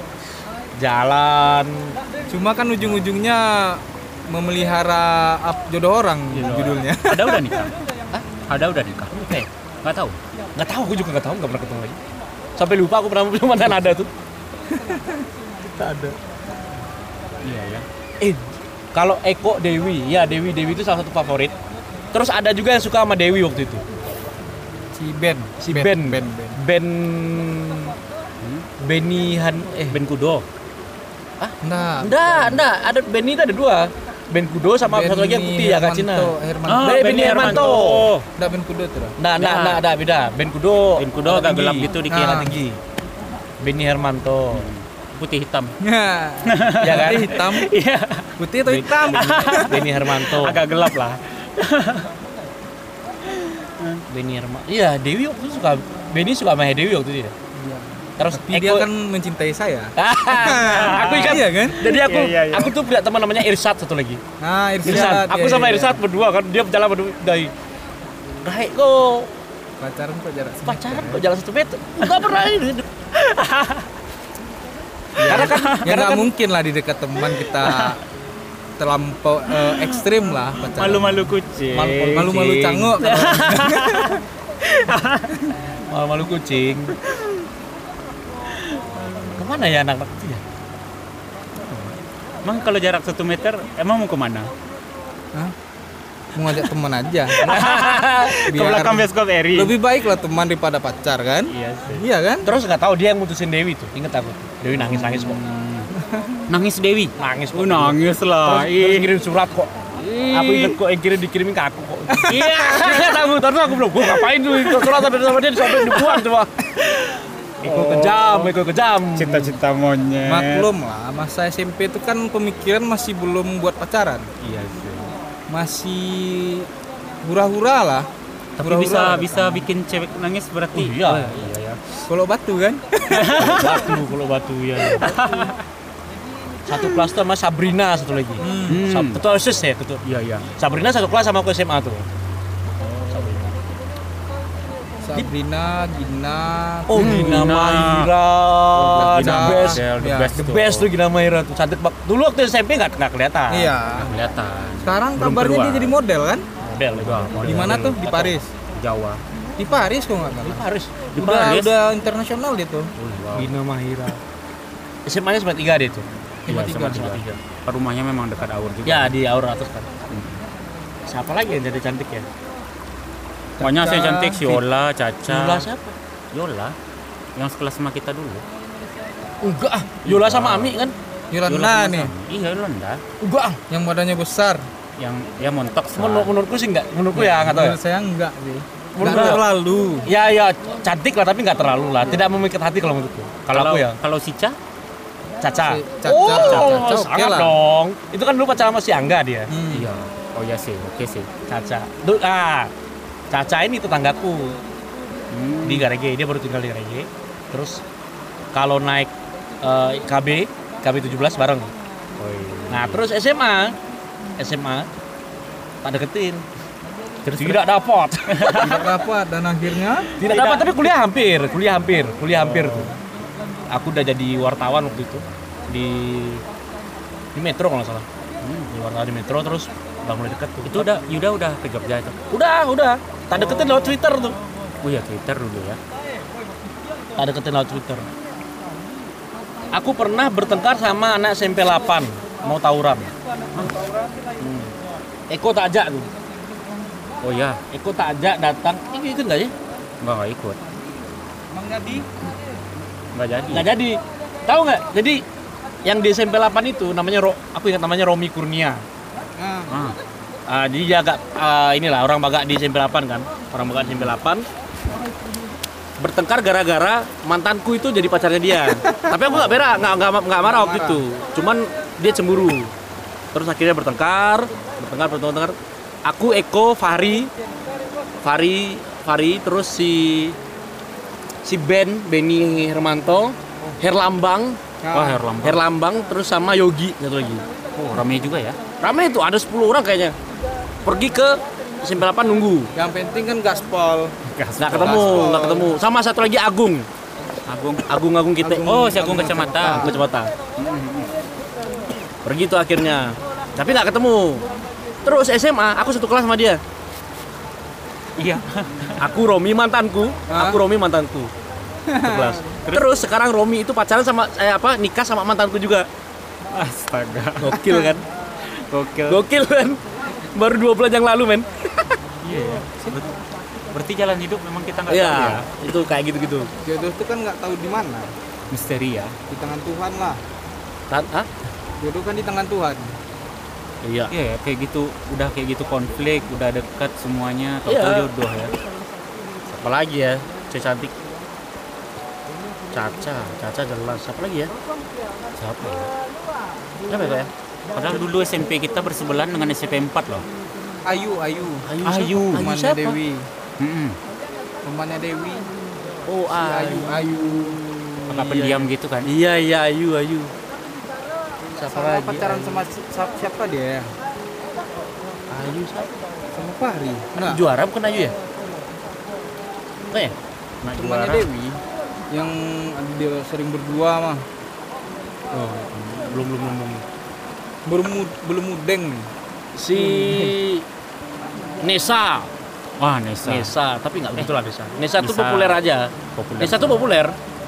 A: Jalan.
B: Cuma kan ujung-ujungnya memelihara ap- jodoh orang
C: Jodoh
B: judulnya.
C: Ada udah nikah?
A: Hah?
C: Ada udah nikah?
A: Eh,
C: Nggak tahu.
A: nggak tahu, aku juga nggak tahu, nggak pernah ketemu lagi. Sampai lupa aku pernah punya mantan ada tuh. Kita ada.
C: Iya ya.
A: Eh, kalau Eko Dewi, ya Dewi Dewi itu salah satu favorit. Terus ada juga yang suka sama Dewi waktu itu.
B: Si Ben,
A: Si Ben,
B: Ben, Ben.
A: Ben Benny Han, eh
C: Ben Kudo.
B: Enggak.
A: Enggak, enggak. Ada band itu ada dua. Band Kudo sama satu lagi yang putih ya Kak Cina.
B: Hermanto.
C: Ah,
A: Benny
C: Benny
A: Hermanto.
B: Enggak Ben Kudo tuh.
A: Nah, nah, nah, ada beda. Band Kudo.
C: Band Kudo agak gelap gitu dikit.
A: Agak tinggi. Benny Hermanto.
C: Putih hitam.
B: Ya.
A: Ya kan?
B: Putih hitam.
C: Iya.
B: Putih atau hitam?
A: Benny Hermanto.
C: Agak gelap lah.
A: Benny Hermanto. Iya, Dewi waktu itu suka Benny suka sama Dewi waktu itu. Terus
B: Tapi dia kan mencintai saya.
A: aku ikan.
B: Iya kan?
A: Jadi aku
C: Iya, iya, iya.
A: aku tuh punya teman namanya Irsat satu lagi.
B: Nah, Irsyad.
A: Irsat. Aku
B: Iya,
A: sama
B: iya,
A: Irsat
B: iya.
A: berdua kan dia jalan berdua dari Baik kok
B: Pacaran kok jarak semeter.
A: pacaran kok jalan satu meter. Enggak pernah ini. Karena kan
B: Ya
A: karena
B: nggak
A: kan
B: mungkin lah di dekat teman kita terlampau eh, ekstrim lah pacaran.
C: Malu-malu kucing.
A: Malu-
B: Malu-malu
A: kucing.
B: canguk.
A: malu-malu kucing. Kemana ya anak-anak itu ya?
C: Emang kalau jarak satu meter, emang mau kemana?
B: Hah? Mau ngajak teman aja.
C: Ke belakang bioskop Eri.
B: Lebih baik lah teman daripada pacar kan?
C: Iya sih.
B: Iya kan?
A: Terus nggak tahu dia yang mutusin Dewi tuh. Ingat aku. Dewi nangis-nangis kok.
C: Nangis Dewi.
A: Nangis kok.
C: Oh, nangis lah.
A: Terus, terus kirim surat kok. Aku inget kok yang kirim dikirimin ke aku kok. Iya. Ingat aku. Terus aku bilang, gua ngapain tuh itu surat ada sama dia sampai dibuang coba. Eko kejam, Eko kejam.
C: Cinta-cinta monyet.
B: Maklum lah, masa S M P itu kan pemikiran masih belum buat pacaran.
C: Iya sih.
B: Masih hura-hura lah.
C: Tapi
B: Hura-hura
C: bisa
B: lah.
C: bisa bikin cewek nangis berarti.
A: Oh, iya.
C: Oh, iya ya.
B: Kalau batu kan?
A: Batu kalau batu ya. Satu kelas tuh sama Sabrina satu lagi.
C: Hmm.
A: Sab- Ketua OSIS ya, ketua.
C: Iya iya.
A: Sabrina satu kelas sama aku S M A tuh.
B: Sabrina, Gina.
A: Oh,
C: Hmm,
A: Gina
C: Gina.
A: Mahira,
C: Oh,
A: the
C: Gina
A: best.
C: Model, the
B: Ya,
C: best
A: The
C: tuh.
A: best tuh Gina Mahira tuh cantik banget. Dulu waktu S M P nggak nggak kelihatan.
B: Iya.
C: Kelihatan.
B: Sekarang
C: Belum
B: kabarnya
C: keluar.
B: dia jadi model kan?
A: Model
C: Udah, model.
B: Di mana tuh? Di
A: Atau-
B: Paris.
C: Jawa.
B: Di Paris kok nggak
A: Di
B: salah.
A: Paris.
C: Di
B: Udah
C: Paris.
B: udah internasional dia tuh.
C: Oh, wow.
A: Gina Mahira. S M A-nya sempat tiga deh tuh.
C: Iya,
B: tiga,
C: sama
B: tiga.
C: tiga. Rumahnya memang dekat Aur juga.
A: Ya di Aura atas kan. Siapa lagi yang jadi cantik ya?
C: Pokoknya saya
B: Caca,
C: cantik si Yola, Caca.
A: Yola siapa?
C: Yola. Yang sekelas sama kita dulu.
A: Enggak ah. Yola sama Ami kan?
B: Yolanda
C: Yola
B: nih,
C: sama- Iya, Yolanda.
A: Enggak ah.
B: yang badannya besar.
C: Yang ya montok
A: Menur- menurutku sih enggak. Menurutku ya enggak tahu ya.
B: Menurut saya enggak sih.
A: Menurut
B: Enggak
A: gua-
B: terlalu.
A: Ya ya cantik lah tapi nggak terlalu lah. Tidak memikat hati kalau menurutku. Kalau aku ya.
C: Kalau Sica,
A: Caca.
B: Si Caca,
A: oh,
B: Caca, Caca, oke
A: sangat
B: lah.
A: dong. Itu kan dulu pacaran sama si Angga dia.
B: Hmm.
C: iya. Oh ya sih, oke sih.
A: Caca. Duh, ah. Caca ini tetanggaku
C: Hmm.
A: di Garege. Dia baru tinggal di Garege. Terus kalau naik eh, K B, K B tujuh belas bareng.
C: Oh, iya.
A: Nah, terus S M A. S M A tak deketin.
C: Terus
A: Tidak dapat.
B: Tidak dapat dan akhirnya
A: Tidak dapat tapi kuliah hampir, kuliah hampir, kuliah hampir tuh. Aku udah jadi wartawan waktu itu di di Metro kalau nggak salah. Hmm, di wartawan di Metro terus udah mulai deket tuh.
C: itu udah Yuda udah ke Jogja itu.
A: Udah, udah. Tak deketin lewat Twitter tuh.
C: Oh iya, Twitter dulu ya.
A: Tak deketin lewat Twitter. Aku pernah bertengkar sama anak S M P delapan mau tawuran. Hmm. Eko tak ajak tuh.
C: Oh iya,
A: Eko tak ajak datang. Ini ikut nggak sih?
C: enggak enggak ikut.
B: Mang Jadi
C: Enggak jadi.
A: Nggak jadi. Tahu nggak? Jadi yang di S M P delapan itu namanya Ro, aku ingat namanya Romi Kurnia.
B: nah,
C: Ah,
A: Ah, jadi dia agak ah, inilah orang Baga di S M P delapan kan. Orang Baga di S M P delapan bertengkar gara-gara mantanku itu jadi pacarnya dia. Tapi aku nggak berak, nggak nggak nggak marah waktu itu. Cuman dia cemburu. Terus akhirnya bertengkar, bertengkar, bertengkar. bertengkar. Aku, Eko, Fahri, Fahri, Fahri, terus si si Ben, Benny Hermanto, Herlambang,
C: wah Herlambang.
A: Herlambang, terus sama Yogi satu lagi.
C: Oh, rame juga ya.
A: Rame itu, ada sepuluh orang kayaknya. Pergi ke S M P delapan nunggu.
B: yang penting kan gaspol.
A: Nggak ketemu, nggak ketemu. Sama satu lagi Agung.
C: Agung.
A: Agung Agung kita.
C: Oh, si Agung Kacamata.
A: Kacamata. Pergi tuh akhirnya. Tapi nggak ketemu. Terus S M A, aku satu kelas sama dia.
C: Iya.
A: Aku Romi mantanku,
B: Hah?
A: aku Romi mantanku. Satu kelas. Terus sekarang Romi itu pacaran sama saya apa? Nikah sama mantanku juga.
C: Astaga.
A: Gokil kan?
C: Gokil.
A: Gokil kan? Baru dua bulan yang lalu, men.
C: Iya ya. Ber- Berarti jalan hidup memang kita nggak tahu
A: Iya,
C: ya.
A: itu kayak gitu-gitu.
B: Jodoh itu kan nggak tahu di mana.
C: Misteri ya.
B: Di tangan Tuhan lah.
A: Tan ah?
B: Jodoh kan di tangan Tuhan.
A: Iya.
C: Iya ya, kayak gitu, udah kayak gitu konflik, udah dekat semuanya, tahu
A: Iya.
C: jodoh ya.
A: Apalagi ya, cewek cantik. Caca, Caca jelas. Siapa lagi ya?
C: Siapa ya?
A: Siapa ya, Kak, ya?
C: Padahal dulu S M P kita bersebelahan dengan S M P empat loh.
B: Ayu, Ayu.
A: Ayu.
C: Ayu.
A: siapa? Ayu
B: Temannya
A: siapa?
B: Dewi.
C: Mm-mm.
B: Temannya Dewi.
A: Oh,
B: Si Ayu,
A: Ayu.
B: Ayu.
C: Kakak pendiam gitu kan.
A: Iya, iya, Ayu, Ayu. Siapa
B: Sama
A: lagi?
B: pacaran
A: Ayu.
B: sama si- sa- siapa dia?
A: Ayu siapa?
B: Sama Fahri. Enggak.
A: Juara bukan Ayu ya? Enggak ya?
C: Nah,
B: Temannya
C: juara.
B: Dewi yang dia sering berdua mah.
A: Oh, belum belum belum. belum.
B: Belum mud- belum mudeng nih.
A: Si Nesa.
C: Wah, Nesa.
A: Nesa, tapi nggak betul lah Nesa. Nesa tuh
C: Nesa.
A: populer aja.
C: Populer.
A: Nesa tuh populer.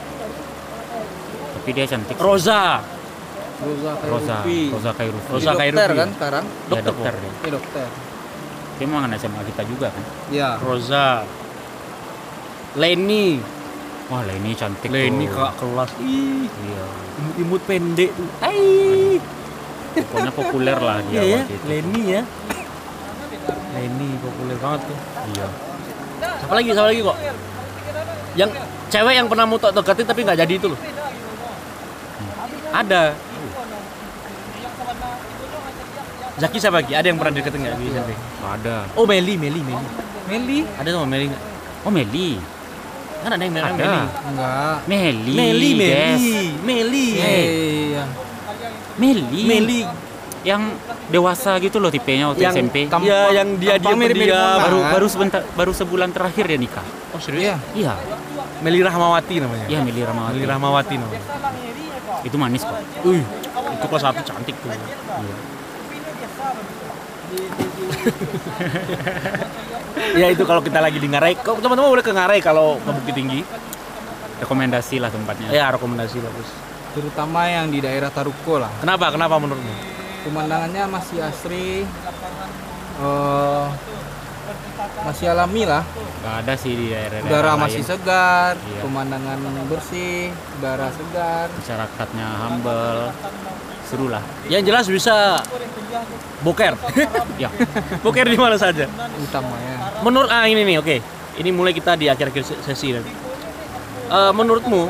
C: Tapi dia cantik.
A: Roza.
B: Roza
C: Rosa,
B: Khairufi.
C: Rosa Khairufi.
A: Rosa
B: Dia dokter
A: Khairufi.
B: kan sekarang?
C: Ya,
A: Dokter,
C: dokter dia.
B: Dia dokter.
C: Dia memang anak S M A kita juga kan.
B: Iya.
A: Roza. Leni.
C: Wah, Leni cantik
A: Leni
C: tuh.
A: kakak kelas. Ih,
C: Iya.
A: imut-imut pendek tuh. Hai.
C: Pokoknya populer lah dia
A: Iya ya,
C: waktu itu.
A: Leni ya. Leni populer banget tuh.
C: Iya.
A: Siapa lagi? Siapa lagi kok? Yang cewek yang pernah mau tak deketin tapi nggak jadi itu loh. Ada. Zaki siapa lagi? Ada yang pernah deketin nggak di S M P?
C: Ada.
A: Oh Meli, Meli, Meli.
B: Meli?
A: Ada sama Meli nggak?
C: Oh, Meli.
A: Kan ada yang Meli.
C: Ada.
A: Meli.
B: Enggak.
C: Meli.
A: Meli, Meli,
C: Des.
A: Meli.
B: Iya.
C: Meli.
A: Meli.
C: Yang dewasa gitu loh tipenya waktu
A: Yang
C: S M P.
B: Tam-
A: Iya, yang dia dia
B: tampang mirip-mirip
A: pendiam.
B: Mona.
C: Baru
B: kan?
C: baru sebentar baru sebulan terakhir dia nikah.
A: Oh serius?
B: Iya.
C: Iya.
A: Meli Rahmawati namanya.
C: Iya, Meli Ramawati.
A: Meli Rahmawati namanya.
C: Itu manis kok.
A: Wih, itu kelas satu cantik tuh.
C: Iya.
A: Ya itu kalau kita lagi di Ngarai, kok teman-teman boleh ke Ngarai kalau ke Bukit Tinggi.
C: Rekomendasi lah tempatnya.
A: Ya rekomendasi bagus.
B: Terutama yang di daerah Taruko lah.
A: Kenapa? Kenapa menurutmu?
B: Pemandangannya masih asri. eh, masih alami lah.
C: Gak ada sih di daerah
B: Udara masih segar,
C: Iya.
B: pemandangan bersih, udara segar.
C: Masyarakatnya humble. Seru lah.
A: Yang jelas bisa boker.
C: Ya.
A: Boker di mana saja.
B: Utamanya.
A: Menurut ah ini nih, oke. Ini mulai kita di akhir-akhir se- sesi nanti. Eh, menurutmu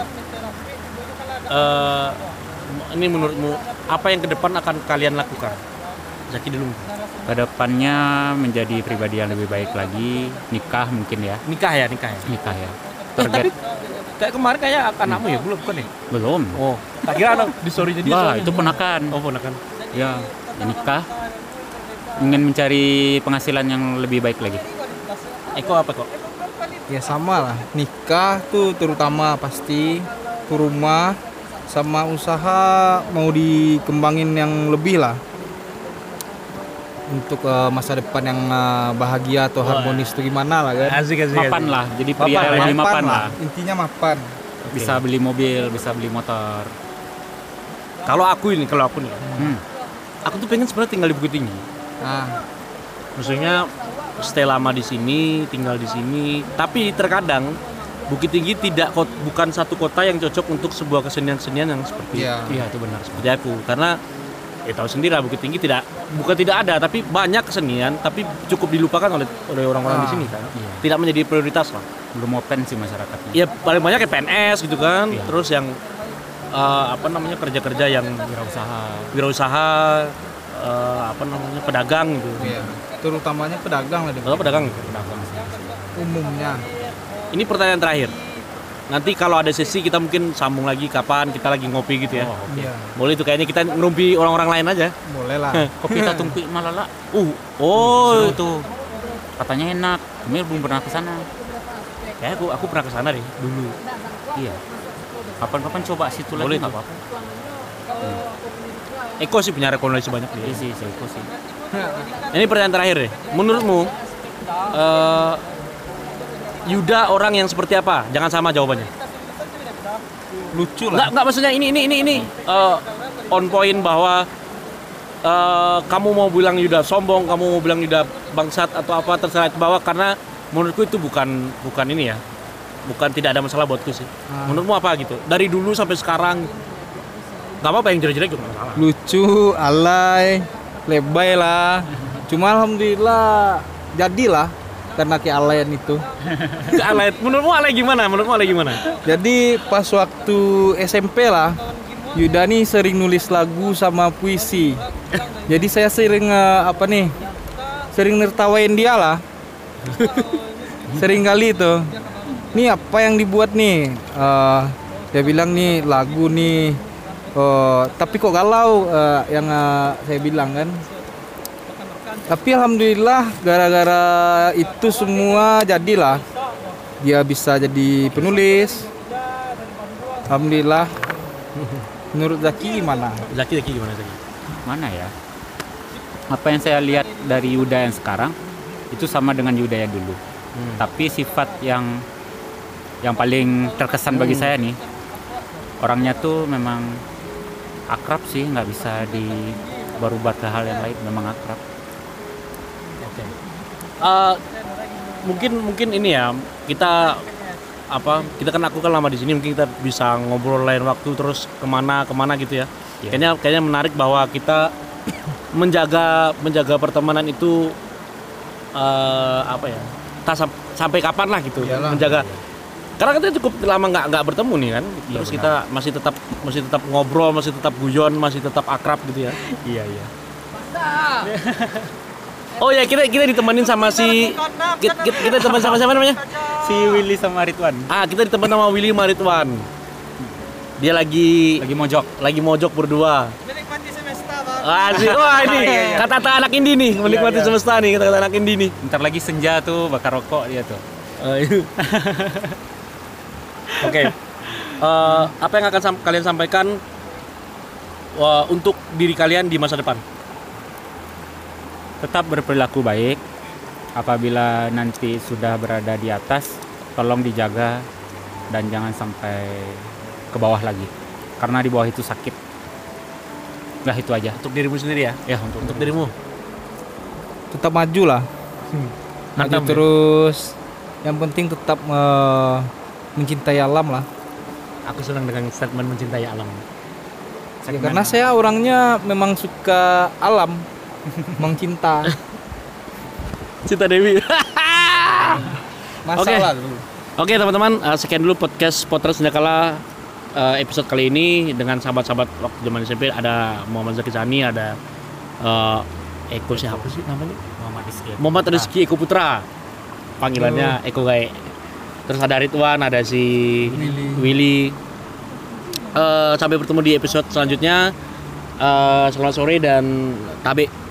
A: eh, ini menurutmu apa yang ke depan akan kalian lakukan? Zaki dulu.
C: Kedepannya menjadi pribadi yang lebih baik lagi. Nikah mungkin ya.
A: Nikah ya, nikah ya.
C: Nikah ya.
A: Eh, tapi
C: Target
A: kayak kemarin kayak anakmu ya, belum bukan ya?
C: belum.
A: Oh, tak kira anak di story jadi
C: Wah, itu ponakan.
A: Oh, ponakan.
C: Ya, ya nikah. Ingin mencari penghasilan yang lebih baik lagi.
A: Eko apa kok?
B: Ya sama lah. Nikah tuh terutama pasti, tuh rumah sama usaha mau dikembangin yang lebih lah. Untuk eh, masa depan yang eh, bahagia atau
A: Wah.
B: harmonis tuh gimana lah kan?
A: Asik asik.
C: Mapan
A: asik.
C: lah. Jadi pria
A: Mapan,
C: yang lebih
B: Mapan
C: mapan lah.
B: Intinya mapan.
C: Bisa beli mobil, bisa beli motor.
A: Kalau aku ini, kalau aku nih,
C: Hmm.
A: aku tuh pengen sebenarnya tinggal di Bukit Tinggi.
B: Nah,
A: Maksudnya stay lama di sini, tinggal di sini. Tapi terkadang Bukit Tinggi tidak kot- bukan satu kota yang cocok untuk sebuah kesenian-kesenian yang seperti
B: iya.
C: Iya, itu benar.
A: seperti aku. Karena ya tahu sendiri lah Bukit Tinggi tidak bukan tidak ada, tapi banyak kesenian, tapi cukup dilupakan oleh oleh orang-orang di
B: Ah,
A: sini kan.
C: iya.
A: Tidak menjadi prioritas lah.
C: Belum open sih masyarakatnya.
A: Ya paling banyak kayak P N S gitu kan.
C: Iya.
A: Terus yang eh, apa namanya kerja-kerja yang
C: Wirausaha.
A: wirausaha, eh, apa namanya pedagang gitu.
B: Iya. Terutamanya pedagang lah deh.
A: Kalau pedagang.
C: Pedagang sih.
B: Umumnya.
A: Ini pertanyaan terakhir. Nanti kalau ada sesi kita mungkin sambung lagi kapan kita lagi ngopi gitu ya.
C: Oh, oke.
B: Iya.
A: Boleh tuh kayaknya kita ngerumpi orang-orang lain aja.
B: Boleh lah.
C: Kopi Tatumpik Malala.
A: Uh, oh,
C: Seru tuh. Katanya enak. Kami belum pernah ke sana.
A: kayak aku aku pernah ke sana deh dulu.
C: Iya. Kapan-kapan coba situ lagi
A: Boleh
C: nggak
A: tuh.
C: apa-apa.
A: Eko sih punya rekomendasi banyak
C: Iya
A: dia.
C: sih, Seiko sih.
A: Ini pertanyaan terakhir deh. Menurutmu eh, Yuda orang yang seperti apa? Jangan sama jawabannya.
B: Lucu
A: Nggak,
B: lah.
A: nggak maksudnya ini ini ini ini eh, on point bahwa eh, kamu mau bilang Yuda sombong, kamu mau bilang Yuda bangsat atau apa terserah itu bawah karena menurutku itu bukan bukan ini ya. Bukan tidak ada masalah buatku sih.
B: Ah.
A: Menurutmu apa gitu? Dari dulu sampai sekarang Gak apa-apa yang jelek-jelek juga nggak masalah.
B: lucu, alay, lebay lah. Cuma alhamdulillah jadilah karena kealayan itu.
A: Alay, menurutmu alay gimana? Menurutmu alay gimana?
B: Jadi pas waktu S M P lah, Yuda nih sering nulis lagu sama puisi. Jadi saya sering eh, apa nih? Sering nertawain dia lah. Sering kali itu. Nih apa yang dibuat nih? Eh, dia bilang nih lagu nih. Oh, tapi kok galau eh, yang eh, saya bilang kan. Tapi alhamdulillah gara-gara itu semua jadilah dia bisa jadi penulis. Alhamdulillah. Menurut Zaki gimana?
A: Zaki Zaki gimana Zaki?
C: Mana ya? Apa yang saya lihat dari Yuda yang sekarang itu sama dengan Yuda yang dulu.
A: Hmm.
C: Tapi sifat yang yang paling terkesan bagi
A: Hmm.
C: saya nih, orangnya tuh memang akrab sih, nggak bisa diubah-ubah ke hal yang lain, memang akrab.
A: Uh, mungkin mungkin ini ya kita apa kita kan aku kan lama di sini, mungkin kita bisa ngobrol lain waktu terus kemana kemana gitu ya.
C: Iya.
A: Kayaknya kayaknya menarik bahwa kita menjaga menjaga pertemanan itu uh, apa ya tak sam- sampai kapan lah gitu.
B: Iyalah.
A: Menjaga karena kita cukup lama nggak nggak bertemu nih kan,
C: Iya,
A: terus
C: benar.
A: kita masih tetap masih tetap ngobrol, masih tetap guyon, masih tetap akrab gitu ya.
C: Iya iya.
A: Oh ya, kita kita ditemenin sama si kita, kita, kita teman sama siapa namanya?
C: Si Willy sama Ridwan
A: Ah, kita ditemen sama Willy Maritwan. Dia lagi
C: lagi mojok.
A: lagi mojok berdua.
D: Menikmati semesta, Bang.
A: Ah, si- wah ini
C: Iya, iya.
A: kata-kata anak indie nih, menikmati
C: Iya, iya.
A: semesta nih, kata-kata anak indie nih.
C: Ntar lagi senja tuh bakar rokok dia tuh.
A: Oke. Eh, apa yang akan sam- kalian sampaikan wah, untuk diri kalian di masa depan?
C: Tetap berperilaku baik. Apabila nanti sudah berada di atas, tolong dijaga dan jangan sampai ke bawah lagi. Karena di bawah itu sakit. Udah itu aja.
A: Untuk dirimu sendiri ya?
C: Ya untuk
A: Untuk dirimu.
B: Tetap maju lah. Maju
A: Mantap, ya?
B: terus. Yang penting tetap eh, mencintai alam lah.
A: Aku senang dengan statement mencintai alam.
B: Ya, karena saya orangnya memang suka alam, mencinta.
A: Cinta Dewi.
B: Masalah dulu.
A: Oke teman-teman, uh, sekian dulu podcast Potret Sendakala uh, episode kali ini dengan sahabat-sahabat waktu zaman S M P. Ada Muhammad Zaki Sani, ada uh, Eko siapa sih namanya?
C: Muhammad Rizky.
A: Muhammad Rizky Eko Putra, panggilannya Eko Gae. Terus ada Ridwan, ada si
B: Willy.
A: Willy. Uh, sampai bertemu di episode selanjutnya. Uh, selamat sore dan tabe.